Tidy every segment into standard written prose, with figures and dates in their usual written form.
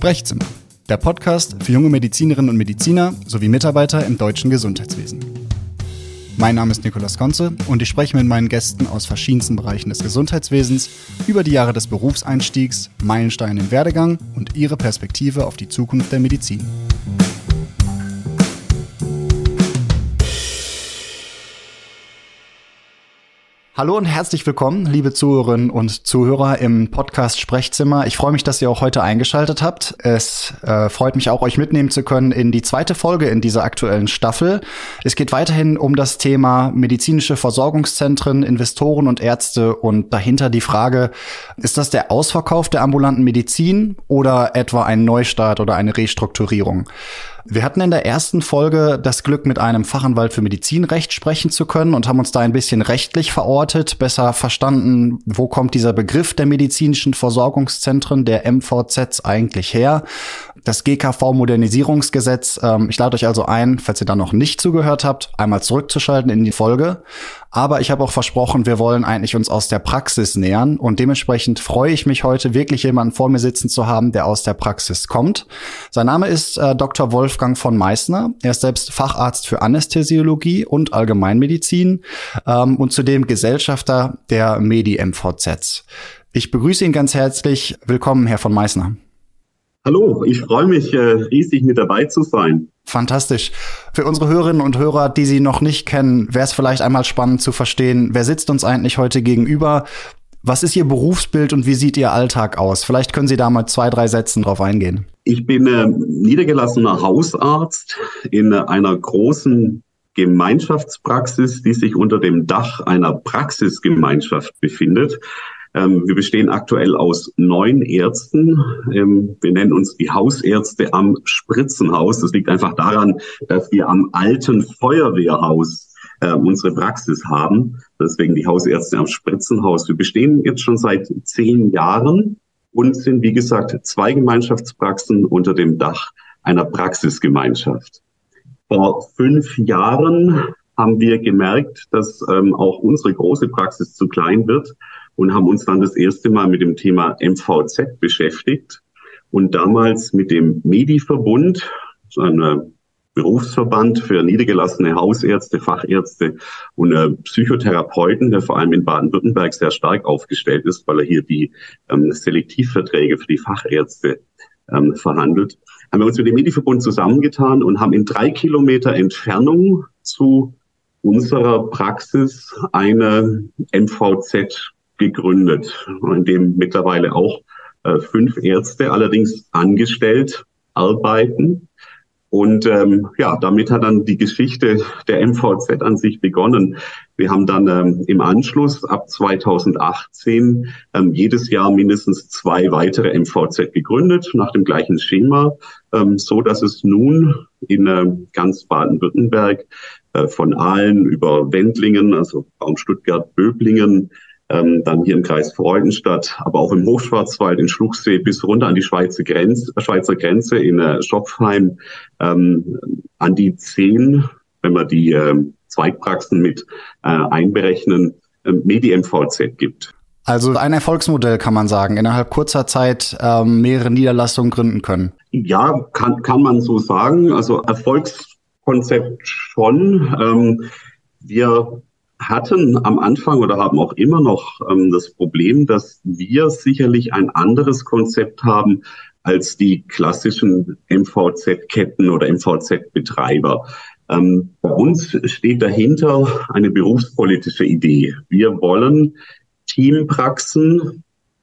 Sprechzimmer, der Podcast für junge Medizinerinnen und Mediziner sowie Mitarbeiter im deutschen Gesundheitswesen. Mein Name ist Nikolaus Konze und ich spreche mit meinen Gästen aus verschiedensten Bereichen des Gesundheitswesens über die Jahre des Berufseinstiegs, Meilensteine im Werdegang und ihre Perspektive auf die Zukunft der Medizin. Hallo und herzlich willkommen, liebe Zuhörerinnen und Zuhörer im Podcast Sprechzimmer. Ich freue mich, dass ihr auch heute eingeschaltet habt. Es freut mich auch, euch mitnehmen zu können in die zweite Folge in dieser aktuellen Staffel. Es geht weiterhin um das Thema medizinische Versorgungszentren, Investoren und Ärzte und dahinter die Frage, ist das der Ausverkauf der ambulanten Medizin oder etwa ein Neustart oder eine Restrukturierung? Wir hatten in der ersten Folge das Glück, mit einem Fachanwalt für Medizinrecht sprechen zu können und haben uns da ein bisschen rechtlich verortet, besser verstanden, wo kommt dieser Begriff der medizinischen Versorgungszentren, der MVZs, eigentlich her. Das GKV-Modernisierungsgesetz, ich lade euch also ein, falls ihr da noch nicht zugehört habt, einmal zurückzuschalten in die Folge. Aber ich habe auch versprochen, wir wollen eigentlich uns aus der Praxis nähern und dementsprechend freue ich mich heute wirklich jemanden vor mir sitzen zu haben, der aus der Praxis kommt. Sein Name ist Dr. Wolfgang von Meissner. Er ist selbst Facharzt für Anästhesiologie und Allgemeinmedizin und zudem Gesellschafter der Medi-MVZs. Ich begrüße ihn ganz herzlich. Willkommen, Herr von Meissner. Hallo, ich freue mich riesig mit dabei zu sein. Fantastisch. Für unsere Hörerinnen und Hörer, die Sie noch nicht kennen, wäre es vielleicht einmal spannend zu verstehen, wer sitzt uns eigentlich heute gegenüber? Was ist Ihr Berufsbild und wie sieht Ihr Alltag aus? Vielleicht können Sie da mal 2-3 Sätzen drauf eingehen. Ich bin niedergelassener Hausarzt in einer großen Gemeinschaftspraxis, die sich unter dem Dach einer Praxisgemeinschaft befindet. Wir bestehen aktuell aus 9 Ärzten. Wir nennen uns die Hausärzte am Spritzenhaus. Das liegt einfach daran, dass wir am alten Feuerwehrhaus unsere Praxis haben. Deswegen die Hausärzte am Spritzenhaus. Wir bestehen jetzt schon seit 10 Jahren und sind, wie gesagt, 2 Gemeinschaftspraxen unter dem Dach einer Praxisgemeinschaft. Vor 5 Jahren haben wir gemerkt, dass auch unsere große Praxis zu klein wird und haben uns dann das erste Mal mit dem Thema MVZ beschäftigt und damals mit dem Medi-Verbund, so ein Berufsverband für niedergelassene Hausärzte, Fachärzte und Psychotherapeuten, der vor allem in Baden-Württemberg sehr stark aufgestellt ist, weil er hier die Selektivverträge für die Fachärzte verhandelt, haben wir uns mit dem Medi-Verbund zusammengetan und haben in 3 Kilometer Entfernung zu unserer Praxis eine MVZ gegründet, in dem mittlerweile auch 5 Ärzte allerdings angestellt arbeiten. Und damit hat dann die Geschichte der MVZ an sich begonnen. Wir haben dann im Anschluss ab 2018 jedes Jahr mindestens 2 weitere MVZ gegründet, nach dem gleichen Schema, so dass es nun in ganz Baden-Württemberg von Aalen über Wendlingen, also Raum Stuttgart-Böblingen, dann hier im Kreis Freudenstadt, aber auch im Hochschwarzwald, in Schluchsee bis runter an die Schweizer Grenze in Schopfheim, an die 10, wenn wir die Zweigpraxen mit einberechnen, Medi-MVZ gibt. Also ein Erfolgsmodell kann man sagen, innerhalb kurzer Zeit mehrere Niederlassungen gründen können. Ja, kann man so sagen. Also Erfolgskonzept schon. Wir hatten am Anfang oder haben auch immer noch das Problem, dass wir sicherlich ein anderes Konzept haben als die klassischen MVZ-Ketten oder MVZ-Betreiber. Bei uns steht dahinter eine berufspolitische Idee. Wir wollen Teampraxen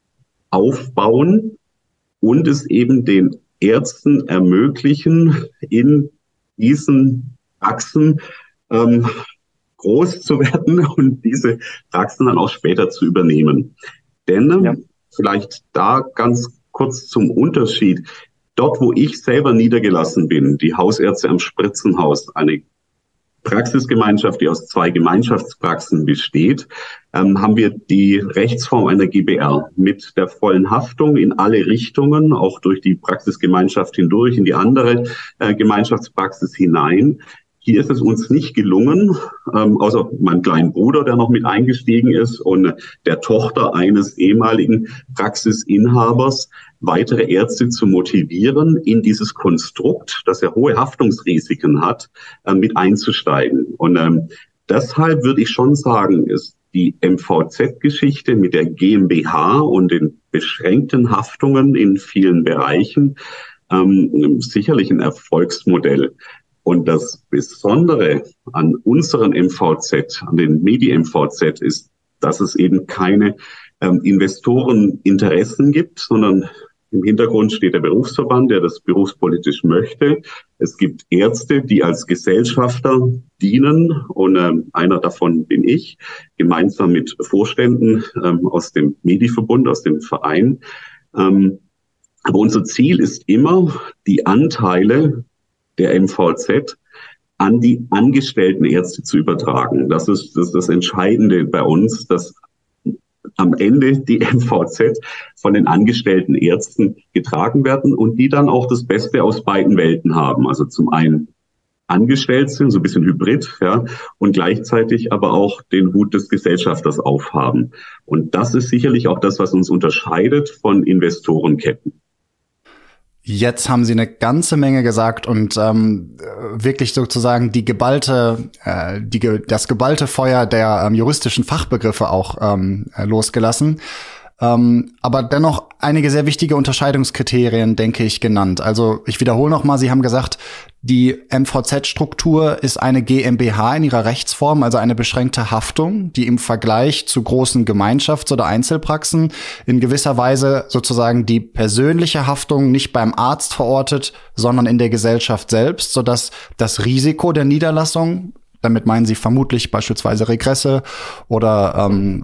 aufbauen und es eben den Ärzten ermöglichen, in diesen Praxen groß zu werden und diese Praxen dann auch später zu übernehmen. Denn vielleicht da ganz kurz zum Unterschied. Dort, wo ich selber niedergelassen bin, die Hausärzte am Spritzenhaus, eine Praxisgemeinschaft, die aus 2 Gemeinschaftspraxen besteht, haben wir die Rechtsform einer GbR mit der vollen Haftung in alle Richtungen, auch durch die Praxisgemeinschaft hindurch in die andere Gemeinschaftspraxis hinein. Hier ist es uns nicht gelungen, außer meinem kleinen Bruder, der noch mit eingestiegen ist, und der Tochter eines ehemaligen Praxisinhabers, weitere Ärzte zu motivieren, in dieses Konstrukt, das ja hohe Haftungsrisiken hat, mit einzusteigen. Und deshalb würde ich schon sagen, ist die MVZ-Geschichte mit der GmbH und den beschränkten Haftungen in vielen Bereichen sicherlich ein Erfolgsmodell. Und das Besondere an unseren MVZ, an den Medi-MVZ, ist, dass es eben keine Investoreninteressen gibt, sondern im Hintergrund steht der Berufsverband, der das berufspolitisch möchte. Es gibt Ärzte, die als Gesellschafter dienen, und einer davon bin ich, gemeinsam mit Vorständen aus dem Medi-Verbund, aus dem Verein. Aber unser Ziel ist immer, die Anteile der MVZ an die angestellten Ärzte zu übertragen. Das ist das Entscheidende bei uns, dass am Ende die MVZ von den angestellten Ärzten getragen werden und die dann auch das Beste aus beiden Welten haben. Also zum einen angestellt sind, so ein bisschen hybrid, ja, und gleichzeitig aber auch den Hut des Gesellschafters aufhaben. Und das ist sicherlich auch das, was uns unterscheidet von Investorenketten. Jetzt haben Sie eine ganze Menge gesagt und wirklich sozusagen das geballte Feuer der juristischen Fachbegriffe auch losgelassen. Aber dennoch einige sehr wichtige Unterscheidungskriterien, denke ich, genannt. Also ich wiederhole nochmal, Sie haben gesagt, die MVZ-Struktur ist eine GmbH in ihrer Rechtsform, also eine beschränkte Haftung, die im Vergleich zu großen Gemeinschafts- oder Einzelpraxen in gewisser Weise sozusagen die persönliche Haftung nicht beim Arzt verortet, sondern in der Gesellschaft selbst, sodass das Risiko der Niederlassung, damit meinen Sie vermutlich beispielsweise Regresse oder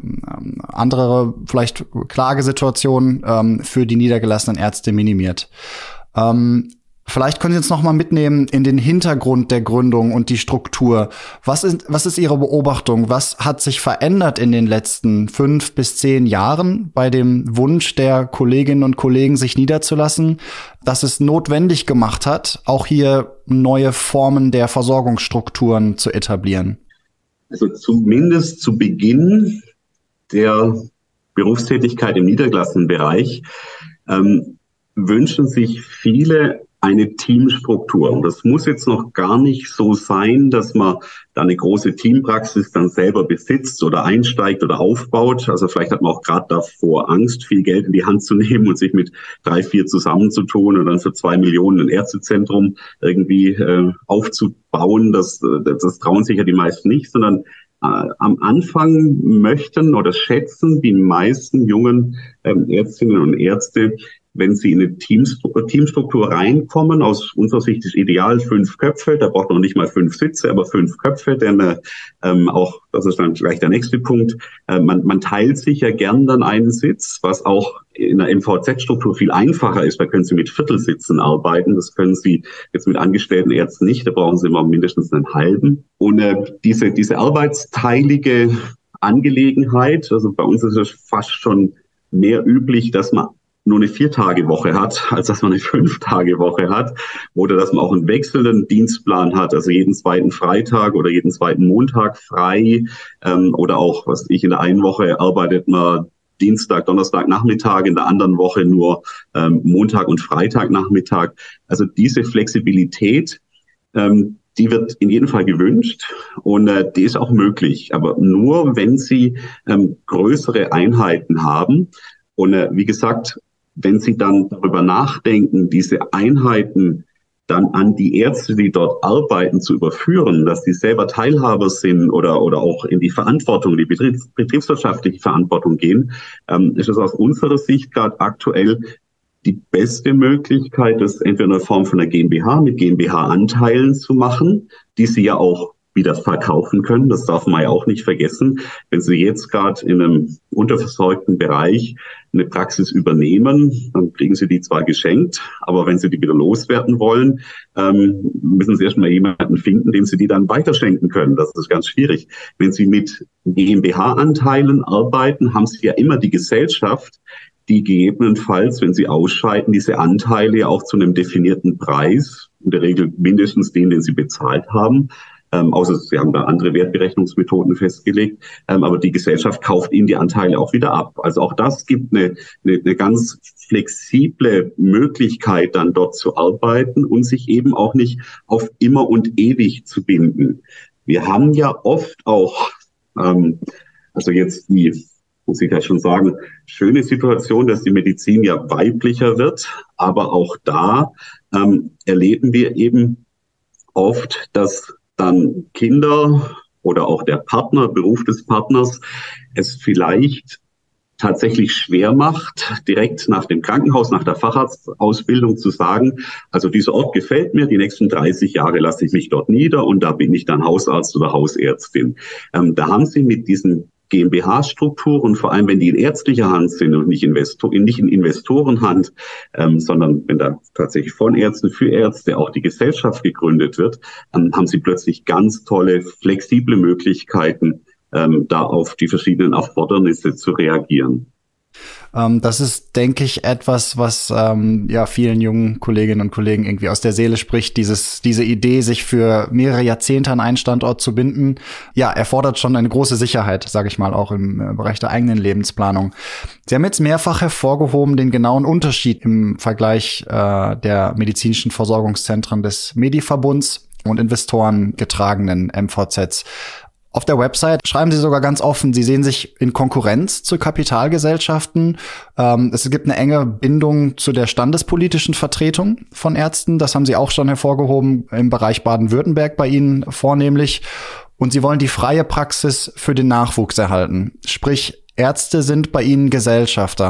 andere vielleicht Klagesituationen für die niedergelassenen Ärzte minimiert. Vielleicht können Sie uns noch mal mitnehmen in den Hintergrund der Gründung und die Struktur. Was ist Ihre Beobachtung? Was hat sich verändert in den letzten 5 bis 10 Jahren bei dem Wunsch der Kolleginnen und Kollegen, sich niederzulassen, dass es notwendig gemacht hat, auch hier neue Formen der Versorgungsstrukturen zu etablieren? Also zumindest zu Beginn der Berufstätigkeit im niedergelassenen Bereich wünschen sich viele eine Teamstruktur. Und das muss jetzt noch gar nicht so sein, dass man da eine große Teampraxis dann selber besitzt oder einsteigt oder aufbaut. Also vielleicht hat man auch gerade davor Angst, viel Geld in die Hand zu nehmen und sich mit 3, 4 zusammenzutun und dann für 2 Millionen ein Ärztezentrum irgendwie aufzubauen. Das trauen sich ja die meisten nicht, sondern am Anfang möchten oder schätzen die meisten jungen Ärztinnen und Ärzte, wenn sie in eine Teamstruktur reinkommen, aus unserer Sicht ist ideal 5 Köpfe, da braucht man nicht mal 5 Sitze, aber 5 Köpfe, denn auch, das ist dann gleich der nächste Punkt, man teilt sich ja gern dann einen Sitz, was auch in der MVZ-Struktur viel einfacher ist, da können Sie mit Viertelsitzen arbeiten, das können Sie jetzt mit angestellten Ärzten nicht, da brauchen Sie immer mindestens einen halben. Und diese arbeitsteilige Angelegenheit, also bei uns ist es fast schon mehr üblich, dass man nur eine 4-Tage-Woche hat, als dass man eine 5-Tage-Woche hat, oder dass man auch einen wechselnden Dienstplan hat, also jeden 2. Freitag oder jeden 2. Montag frei, oder auch, was ich in der einen Woche arbeitet man Dienstag, Donnerstag, Nachmittag, in der anderen Woche nur Montag und Freitag Nachmittag. Also diese Flexibilität, die wird in jedem Fall gewünscht und die ist auch möglich, aber nur, wenn Sie größere Einheiten haben. Und wie gesagt, wenn Sie dann darüber nachdenken, diese Einheiten dann an die Ärzte, die dort arbeiten, zu überführen, dass die selber Teilhaber sind oder auch in die Verantwortung, die betriebswirtschaftliche Verantwortung gehen, ist es aus unserer Sicht gerade aktuell die beste Möglichkeit, das entweder in der Form von einer GmbH mit GmbH-Anteilen zu machen, die Sie ja auch wieder verkaufen können. Das darf man ja auch nicht vergessen. Wenn Sie jetzt gerade in einem unterversorgten Bereich eine Praxis übernehmen, dann kriegen Sie die zwar geschenkt, aber wenn Sie die wieder loswerden wollen, müssen Sie erstmal jemanden finden, dem Sie die dann weiterschenken können. Das ist ganz schwierig. Wenn Sie mit GmbH-Anteilen arbeiten, haben Sie ja immer die Gesellschaft, die gegebenenfalls, wenn Sie ausscheiden, diese Anteile auch zu einem definierten Preis in der Regel mindestens den sie bezahlt haben. Außer sie haben da andere Wertberechnungsmethoden festgelegt. Aber die Gesellschaft kauft ihnen die Anteile auch wieder ab. Also auch das gibt eine ganz flexible Möglichkeit, dann dort zu arbeiten und sich eben auch nicht auf immer und ewig zu binden. Wir haben ja oft auch, also jetzt die, muss ich ja schon sagen, schöne Situation, dass die Medizin ja weiblicher wird. Aber auch da erleben wir eben oft, dass dann Kinder oder auch der Partner, Beruf des Partners, es vielleicht tatsächlich schwer macht, direkt nach dem Krankenhaus, nach der Facharztausbildung zu sagen, also dieser Ort gefällt mir, die nächsten 30 Jahre lasse ich mich dort nieder und da bin ich dann Hausarzt oder Hausärztin. Da haben Sie mit diesen GmbH-Strukturen, vor allem wenn die in ärztlicher Hand sind und nicht in Investorenhand, sondern wenn da tatsächlich von Ärzten für Ärzte auch die Gesellschaft gegründet wird, haben sie plötzlich ganz tolle, flexible Möglichkeiten, da auf die verschiedenen Erfordernisse zu reagieren. Das ist, denke ich, etwas, was vielen jungen Kolleginnen und Kollegen irgendwie aus der Seele spricht. Diese Idee, sich für mehrere Jahrzehnte an einen Standort zu binden, erfordert schon eine große Sicherheit, sage ich mal, auch im Bereich der eigenen Lebensplanung. Sie haben jetzt mehrfach hervorgehoben den genauen Unterschied im Vergleich der medizinischen Versorgungszentren des Mediverbunds und investorengetragenen MVZs. Auf der Website schreiben Sie sogar ganz offen, Sie sehen sich in Konkurrenz zu Kapitalgesellschaften. Es gibt eine enge Bindung zu der standespolitischen Vertretung von Ärzten. Das haben Sie auch schon hervorgehoben im Bereich Baden-Württemberg bei Ihnen vornehmlich. Und Sie wollen die freie Praxis für den Nachwuchs erhalten. Sprich, Ärzte sind bei Ihnen Gesellschafter.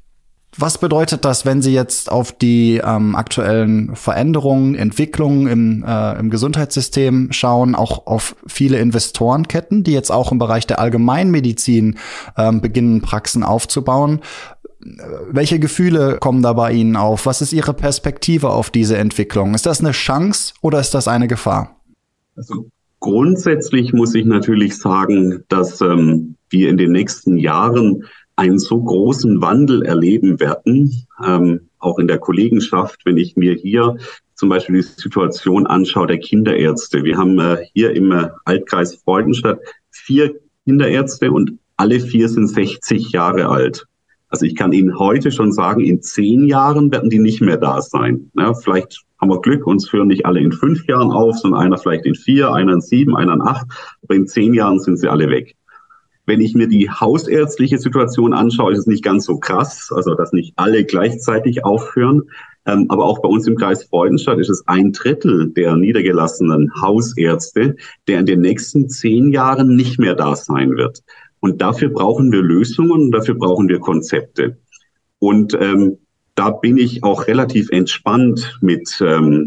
Was bedeutet das, wenn Sie jetzt auf die aktuellen Veränderungen, Entwicklungen im Gesundheitssystem schauen, auch auf viele Investorenketten, die jetzt auch im Bereich der Allgemeinmedizin beginnen, Praxen aufzubauen? Welche Gefühle kommen da bei Ihnen auf? Was ist Ihre Perspektive auf diese Entwicklung? Ist das eine Chance oder ist das eine Gefahr? Also grundsätzlich muss ich natürlich sagen, dass wir in den nächsten Jahren einen so großen Wandel erleben werden, auch in der Kollegenschaft, wenn ich mir hier zum Beispiel die Situation anschaue der Kinderärzte. Wir haben hier im Altkreis Freudenstadt 4 Kinderärzte und alle 4 sind 60 Jahre alt. Also ich kann Ihnen heute schon sagen, in 10 Jahren werden die nicht mehr da sein. Ja, vielleicht haben wir Glück, uns führen nicht alle in 5 Jahren auf, sondern einer vielleicht in 4, einer in 7, einer in 8, aber in 10 Jahren sind sie alle weg. Wenn ich mir die hausärztliche Situation anschaue, ist es nicht ganz so krass, also dass nicht alle gleichzeitig aufhören. Aber auch bei uns im Kreis Freudenstadt ist es 1/3 der niedergelassenen Hausärzte, der in den nächsten 10 Jahren nicht mehr da sein wird. Und dafür brauchen wir Lösungen und dafür brauchen wir Konzepte. Und da bin ich auch relativ entspannt mit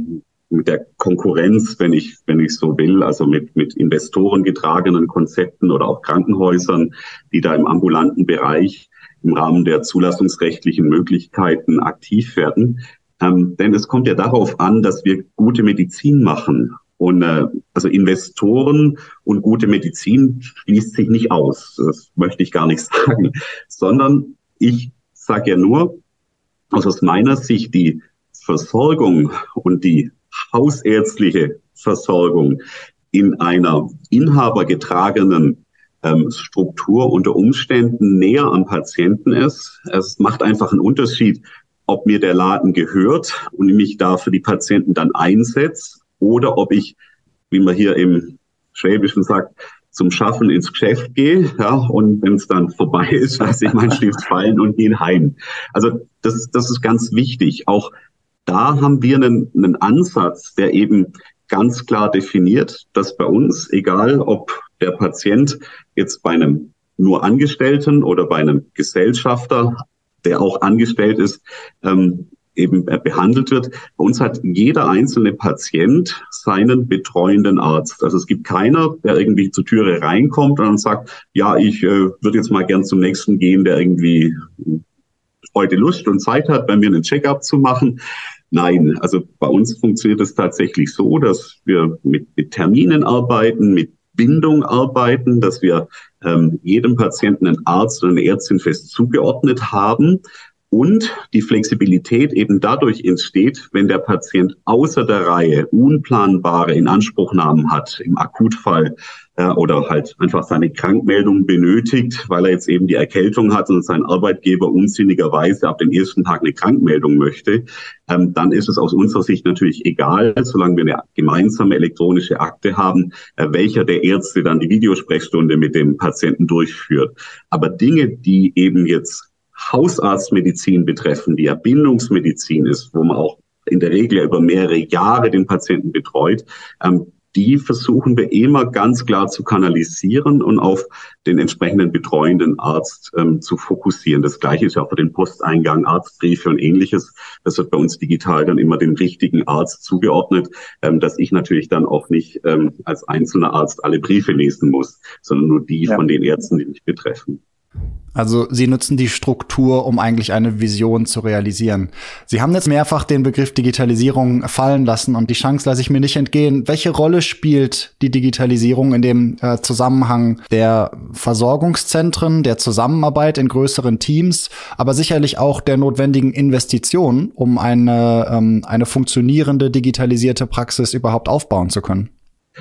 der Konkurrenz, wenn ich so will, also mit Investoren getragenen Konzepten oder auch Krankenhäusern, die da im ambulanten Bereich im Rahmen der zulassungsrechtlichen Möglichkeiten aktiv werden. Denn es kommt ja darauf an, dass wir gute Medizin machen. Und also Investoren und gute Medizin schließt sich nicht aus. Das möchte ich gar nicht sagen, sondern ich sage ja nur, aus meiner Sicht die Versorgung und die hausärztliche Versorgung in einer inhabergetragenen Struktur unter Umständen näher am Patienten ist. Es macht einfach einen Unterschied, ob mir der Laden gehört und ich mich da für die Patienten dann einsetze oder ob ich, wie man hier im Schwäbischen sagt, zum Schaffen ins Geschäft gehe, ja, und wenn es dann vorbei ist, lasse ich meinen Stift fallen und gehe heim. Also das ist ganz wichtig. Auch da haben wir einen Ansatz, der eben ganz klar definiert, dass bei uns, egal ob der Patient jetzt bei einem nur Angestellten oder bei einem Gesellschafter, der auch angestellt ist, eben behandelt wird. Bei uns hat jeder einzelne Patient seinen betreuenden Arzt. Also es gibt keiner, der irgendwie zur Türe reinkommt und dann sagt, ja, ich würde jetzt mal gern zum nächsten gehen, der irgendwie heute Lust und Zeit hat, bei mir einen Check-up zu machen. Nein, also bei uns funktioniert es tatsächlich so, dass wir mit Terminen arbeiten, mit Bindung arbeiten, dass wir jedem Patienten einen Arzt oder eine Ärztin fest zugeordnet haben. Und die Flexibilität eben dadurch entsteht, wenn der Patient außer der Reihe unplanbare Inanspruchnahmen hat, im Akutfall oder halt einfach seine Krankmeldung benötigt, weil er jetzt eben die Erkältung hat und sein Arbeitgeber unsinnigerweise ab dem ersten Tag eine Krankmeldung möchte, dann ist es aus unserer Sicht natürlich egal, solange wir eine gemeinsame elektronische Akte haben, welcher der Ärzte dann die Videosprechstunde mit dem Patienten durchführt. Aber Dinge, die eben jetzt Hausarztmedizin betreffen, die ja Bindungsmedizin ist, wo man auch in der Regel ja über mehrere Jahre den Patienten betreut, die versuchen wir immer ganz klar zu kanalisieren und auf den entsprechenden betreuenden Arzt zu fokussieren. Das Gleiche ist ja auch für den Posteingang, Arztbriefe und Ähnliches. Das wird bei uns digital dann immer dem richtigen Arzt zugeordnet, dass ich natürlich dann auch nicht als einzelner Arzt alle Briefe lesen muss, sondern nur die von den Ärzten, die mich betreffen. Also Sie nutzen die Struktur, um eigentlich eine Vision zu realisieren. Sie haben jetzt mehrfach den Begriff Digitalisierung fallen lassen und die Chance lasse ich mir nicht entgehen. Welche Rolle spielt die Digitalisierung in dem Zusammenhang der Versorgungszentren, der Zusammenarbeit in größeren Teams, aber sicherlich auch der notwendigen Investitionen, um eine funktionierende digitalisierte Praxis überhaupt aufbauen zu können?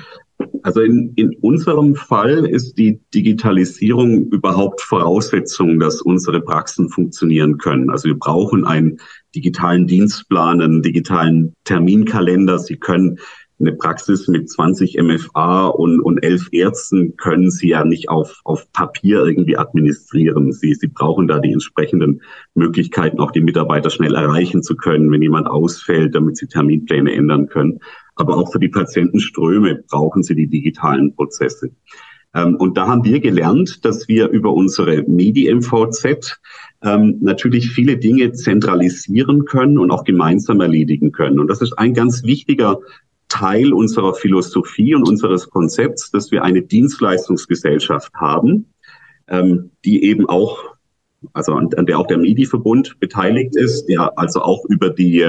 Also in unserem Fall ist die Digitalisierung überhaupt Voraussetzung, dass unsere Praxen funktionieren können. Also wir brauchen einen digitalen Dienstplan, einen digitalen Terminkalender. Sie können eine Praxis mit 20 MFA und 11 Ärzten können Sie ja nicht auf Papier irgendwie administrieren. Sie brauchen da die entsprechenden Möglichkeiten, auch die Mitarbeiter schnell erreichen zu können, wenn jemand ausfällt, damit Sie Terminpläne ändern können. Aber auch für die Patientenströme brauchen Sie die digitalen Prozesse. Und da haben wir gelernt, dass wir über unsere MediMVZ natürlich viele Dinge zentralisieren können und auch gemeinsam erledigen können. Und das ist ein ganz wichtiger Teil unserer Philosophie und unseres Konzepts, dass wir eine Dienstleistungsgesellschaft haben, die eben auch, also an der auch der MediVerbund beteiligt ist, der also auch über die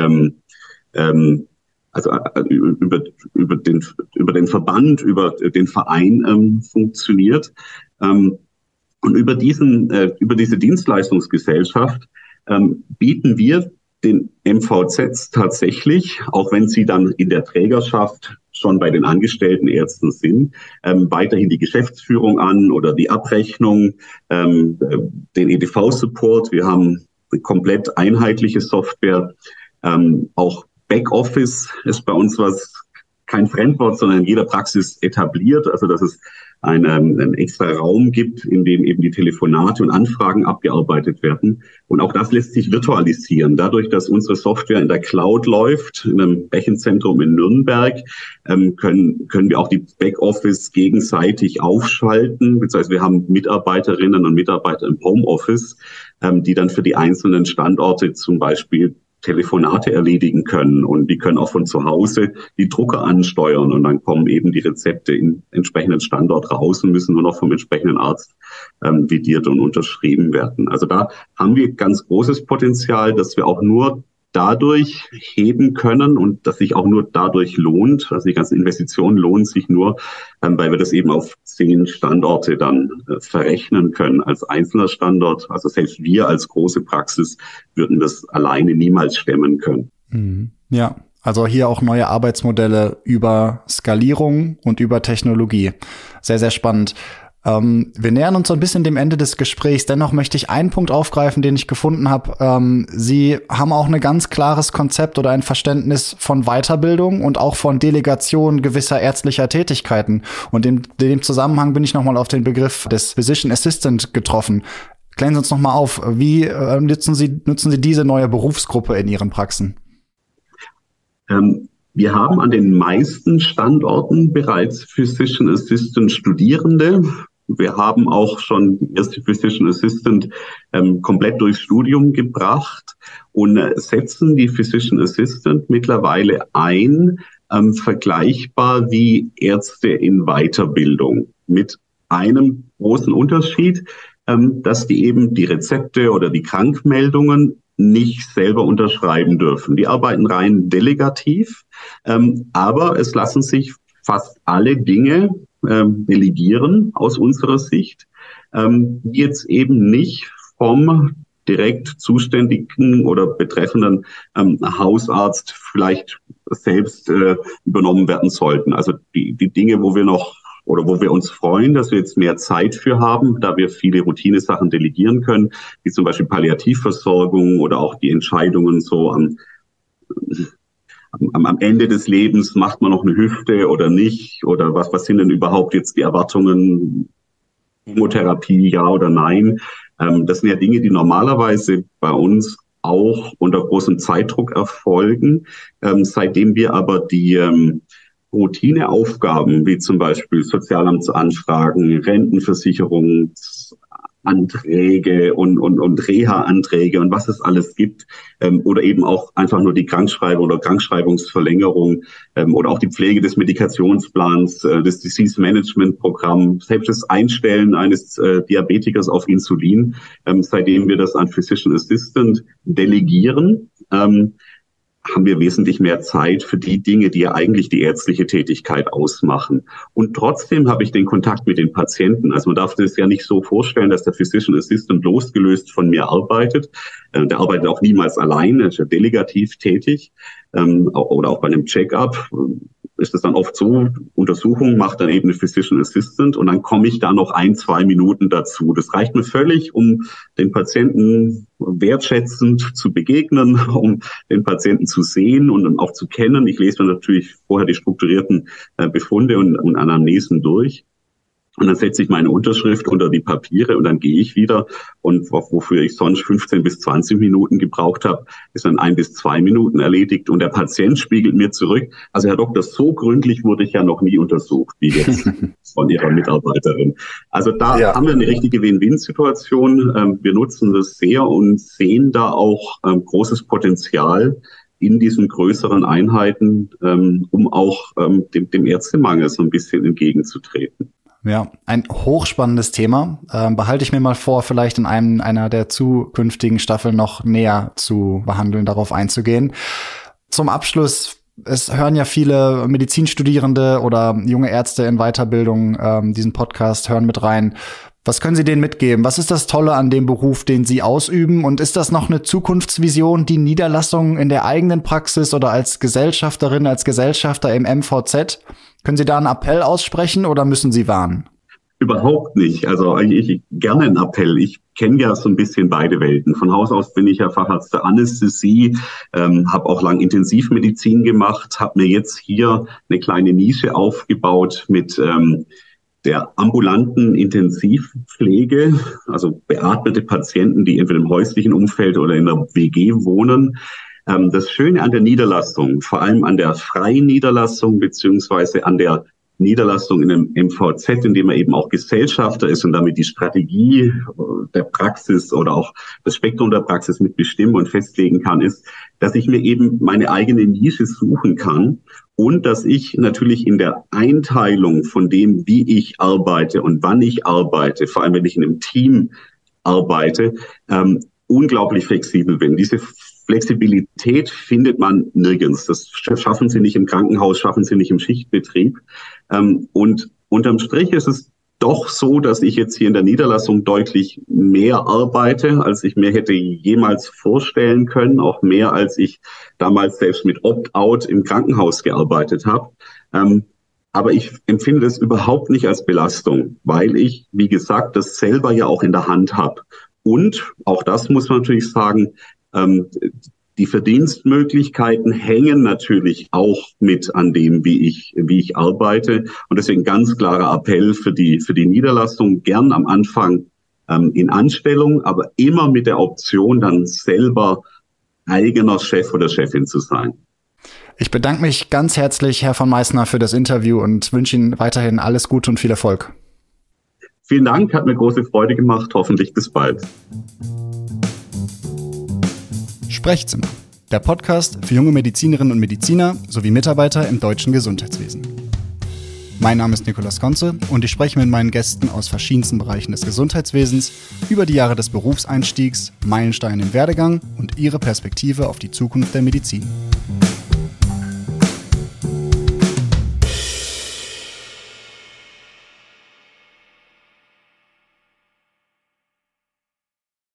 über den Verband, über den Verein funktioniert. Und über diese Dienstleistungsgesellschaft bieten wir den MVZs tatsächlich, auch wenn sie dann in der Trägerschaft schon bei den angestellten Ärzten sind, weiterhin die Geschäftsführung an oder die Abrechnung, den EDV-Support. Wir haben eine komplett einheitliche Software, auch Backoffice ist bei uns kein Fremdwort, sondern in jeder Praxis etabliert. Also dass es einen extra Raum gibt, in dem eben die Telefonate und Anfragen abgearbeitet werden. Und auch das lässt sich virtualisieren. Dadurch, dass unsere Software in der Cloud läuft, in einem Rechenzentrum in Nürnberg, können wir auch die Backoffice gegenseitig aufschalten. Beziehungsweise wir haben Mitarbeiterinnen und Mitarbeiter im Homeoffice, die dann für die einzelnen Standorte zum Beispiel Telefonate erledigen können und die können auch von zu Hause die Drucker ansteuern und dann kommen eben die Rezepte in entsprechenden Standort raus und müssen nur noch vom entsprechenden Arzt vidiert und unterschrieben werden. Also da haben wir ganz großes Potenzial, dass wir auch nur dadurch heben können und dass sich auch nur dadurch lohnt. Also die ganzen Investitionen lohnen sich nur, weil wir das eben auf 10 Standorte dann verrechnen können als einzelner Standort. Also selbst wir als große Praxis würden das alleine niemals stemmen können. Ja, also hier auch neue Arbeitsmodelle über Skalierung und über Technologie. Sehr, sehr spannend. Wir nähern uns so ein bisschen dem Ende des Gesprächs. Dennoch möchte ich einen Punkt aufgreifen, den ich gefunden habe. Sie haben auch ein ganz klares Konzept oder ein Verständnis von Weiterbildung und auch von Delegation gewisser ärztlicher Tätigkeiten. Und in dem Zusammenhang bin ich nochmal auf den Begriff des Physician Assistant getroffen. Klären Sie uns nochmal auf, wie nutzen Sie diese neue Berufsgruppe in Ihren Praxen? Wir haben an den meisten Standorten bereits Physician Assistant Studierende. Wir haben auch schon die erste Physician Assistant komplett durchs Studium gebracht und setzen die Physician Assistant mittlerweile ein, vergleichbar wie Ärzte in Weiterbildung. Mit einem großen Unterschied, dass die eben die Rezepte oder die Krankmeldungen nicht selber unterschreiben dürfen. Die arbeiten rein delegativ, aber es lassen sich fast alle Dinge delegieren aus unserer Sicht, die jetzt eben nicht vom direkt zuständigen oder betreffenden Hausarzt vielleicht selbst übernommen werden sollten. Also die Dinge, wo wir uns freuen, dass wir jetzt mehr Zeit für haben, da wir viele Routinesachen delegieren können, wie zum Beispiel Palliativversorgung oder auch die Entscheidungen so am Ende des Lebens, macht man noch eine Hüfte oder nicht, oder was sind denn überhaupt jetzt die Erwartungen, Chemotherapie, ja oder nein. Das sind ja Dinge, die normalerweise bei uns auch unter großem Zeitdruck erfolgen. Seitdem wir aber die Routineaufgaben, wie zum Beispiel Sozialamtsanfragen, Rentenversicherungsanträge und Reha-Anträge und was es alles gibt, oder eben auch einfach nur die Krankschreibung oder Krankschreibungsverlängerung, oder auch die Pflege des Medikationsplans, des Disease-Management-Programm, selbst das Einstellen eines Diabetikers auf Insulin, seitdem wir das an Physician Assistant delegieren, haben wir wesentlich mehr Zeit für die Dinge, die ja eigentlich die ärztliche Tätigkeit ausmachen. Und trotzdem habe ich den Kontakt mit den Patienten. Also man darf das ja nicht so vorstellen, dass der Physician Assistant losgelöst von mir arbeitet. Der arbeitet auch niemals allein, er ist ja delegativ tätig. Oder auch bei einem Check-up ist es dann oft so, Untersuchung macht dann eben eine Physician Assistant und dann komme ich da noch 1-2 Minuten dazu. Das reicht mir völlig, um den Patienten wertschätzend zu begegnen, um den Patienten zu sehen und dann auch zu kennen. Ich lese mir natürlich vorher die strukturierten Befunde und Anamnesen durch. Und dann setze ich meine Unterschrift unter die Papiere und dann gehe ich wieder. Und wofür ich sonst 15 bis 20 Minuten gebraucht habe, ist dann 1 bis 2 Minuten erledigt. Und der Patient spiegelt mir zurück: Also Herr Doktor, so gründlich wurde ich ja noch nie untersucht wie jetzt von Ihrer Mitarbeiterin. Also da haben wir eine richtige Win-Win-Situation. Wir nutzen das sehr und sehen da auch großes Potenzial in diesen größeren Einheiten, um auch dem Ärztemangel so ein bisschen entgegenzutreten. Ja, ein hochspannendes Thema. Behalte ich mir mal vor, vielleicht in einer der zukünftigen Staffeln noch näher zu behandeln, darauf einzugehen. Zum Abschluss: Es hören ja viele Medizinstudierende oder junge Ärzte in Weiterbildung diesen Podcast, hören mit rein. Was können Sie denen mitgeben? Was ist das Tolle an dem Beruf, den Sie ausüben? Und ist das noch eine Zukunftsvision, die Niederlassung in der eigenen Praxis oder als Gesellschafterin, als Gesellschafter im MVZ? Können Sie da einen Appell aussprechen oder müssen Sie warnen? Überhaupt nicht. Also ich gerne einen Appell. Ich kenne ja so ein bisschen beide Welten. Von Haus aus bin ich ja Facharzt für Anästhesie, habe auch lang Intensivmedizin gemacht, habe mir jetzt hier eine kleine Nische aufgebaut mit der ambulanten Intensivpflege, also beatmete Patienten, die entweder im häuslichen Umfeld oder in der WG wohnen. Das Schöne an der Niederlassung, vor allem an der freien Niederlassung beziehungsweise an der Niederlassung in einem MVZ, in dem man eben auch Gesellschafter ist und damit die Strategie der Praxis oder auch das Spektrum der Praxis mitbestimmen und festlegen kann, ist, dass ich mir eben meine eigene Nische suchen kann und dass ich natürlich in der Einteilung von dem, wie ich arbeite und wann ich arbeite, vor allem wenn ich in einem Team arbeite, unglaublich flexibel bin. Diese Flexibilität findet man nirgends. Das schaffen Sie nicht im Krankenhaus, schaffen Sie nicht im Schichtbetrieb. Und unterm Strich ist es doch so, dass ich jetzt hier in der Niederlassung deutlich mehr arbeite, als ich mir hätte jemals vorstellen können, auch mehr, als ich damals selbst mit Opt-out im Krankenhaus gearbeitet habe. Aber ich empfinde das überhaupt nicht als Belastung, weil ich, wie gesagt, das selber ja auch in der Hand habe. Und auch das muss man natürlich sagen, die Verdienstmöglichkeiten hängen natürlich auch mit an dem, wie ich arbeite. Und deswegen ganz klarer Appell für die Niederlassung, gern am Anfang in Anstellung, aber immer mit der Option, dann selber eigener Chef oder Chefin zu sein. Ich bedanke mich ganz herzlich, Herr von Meissner, für das Interview und wünsche Ihnen weiterhin alles Gute und viel Erfolg. Vielen Dank, hat mir große Freude gemacht. Hoffentlich bis bald. Sprechzimmer, der Podcast für junge Medizinerinnen und Mediziner sowie Mitarbeiter im deutschen Gesundheitswesen. Mein Name ist Nikolaus Konze und ich spreche mit meinen Gästen aus verschiedensten Bereichen des Gesundheitswesens über die Jahre des Berufseinstiegs, Meilensteine im Werdegang und ihre Perspektive auf die Zukunft der Medizin.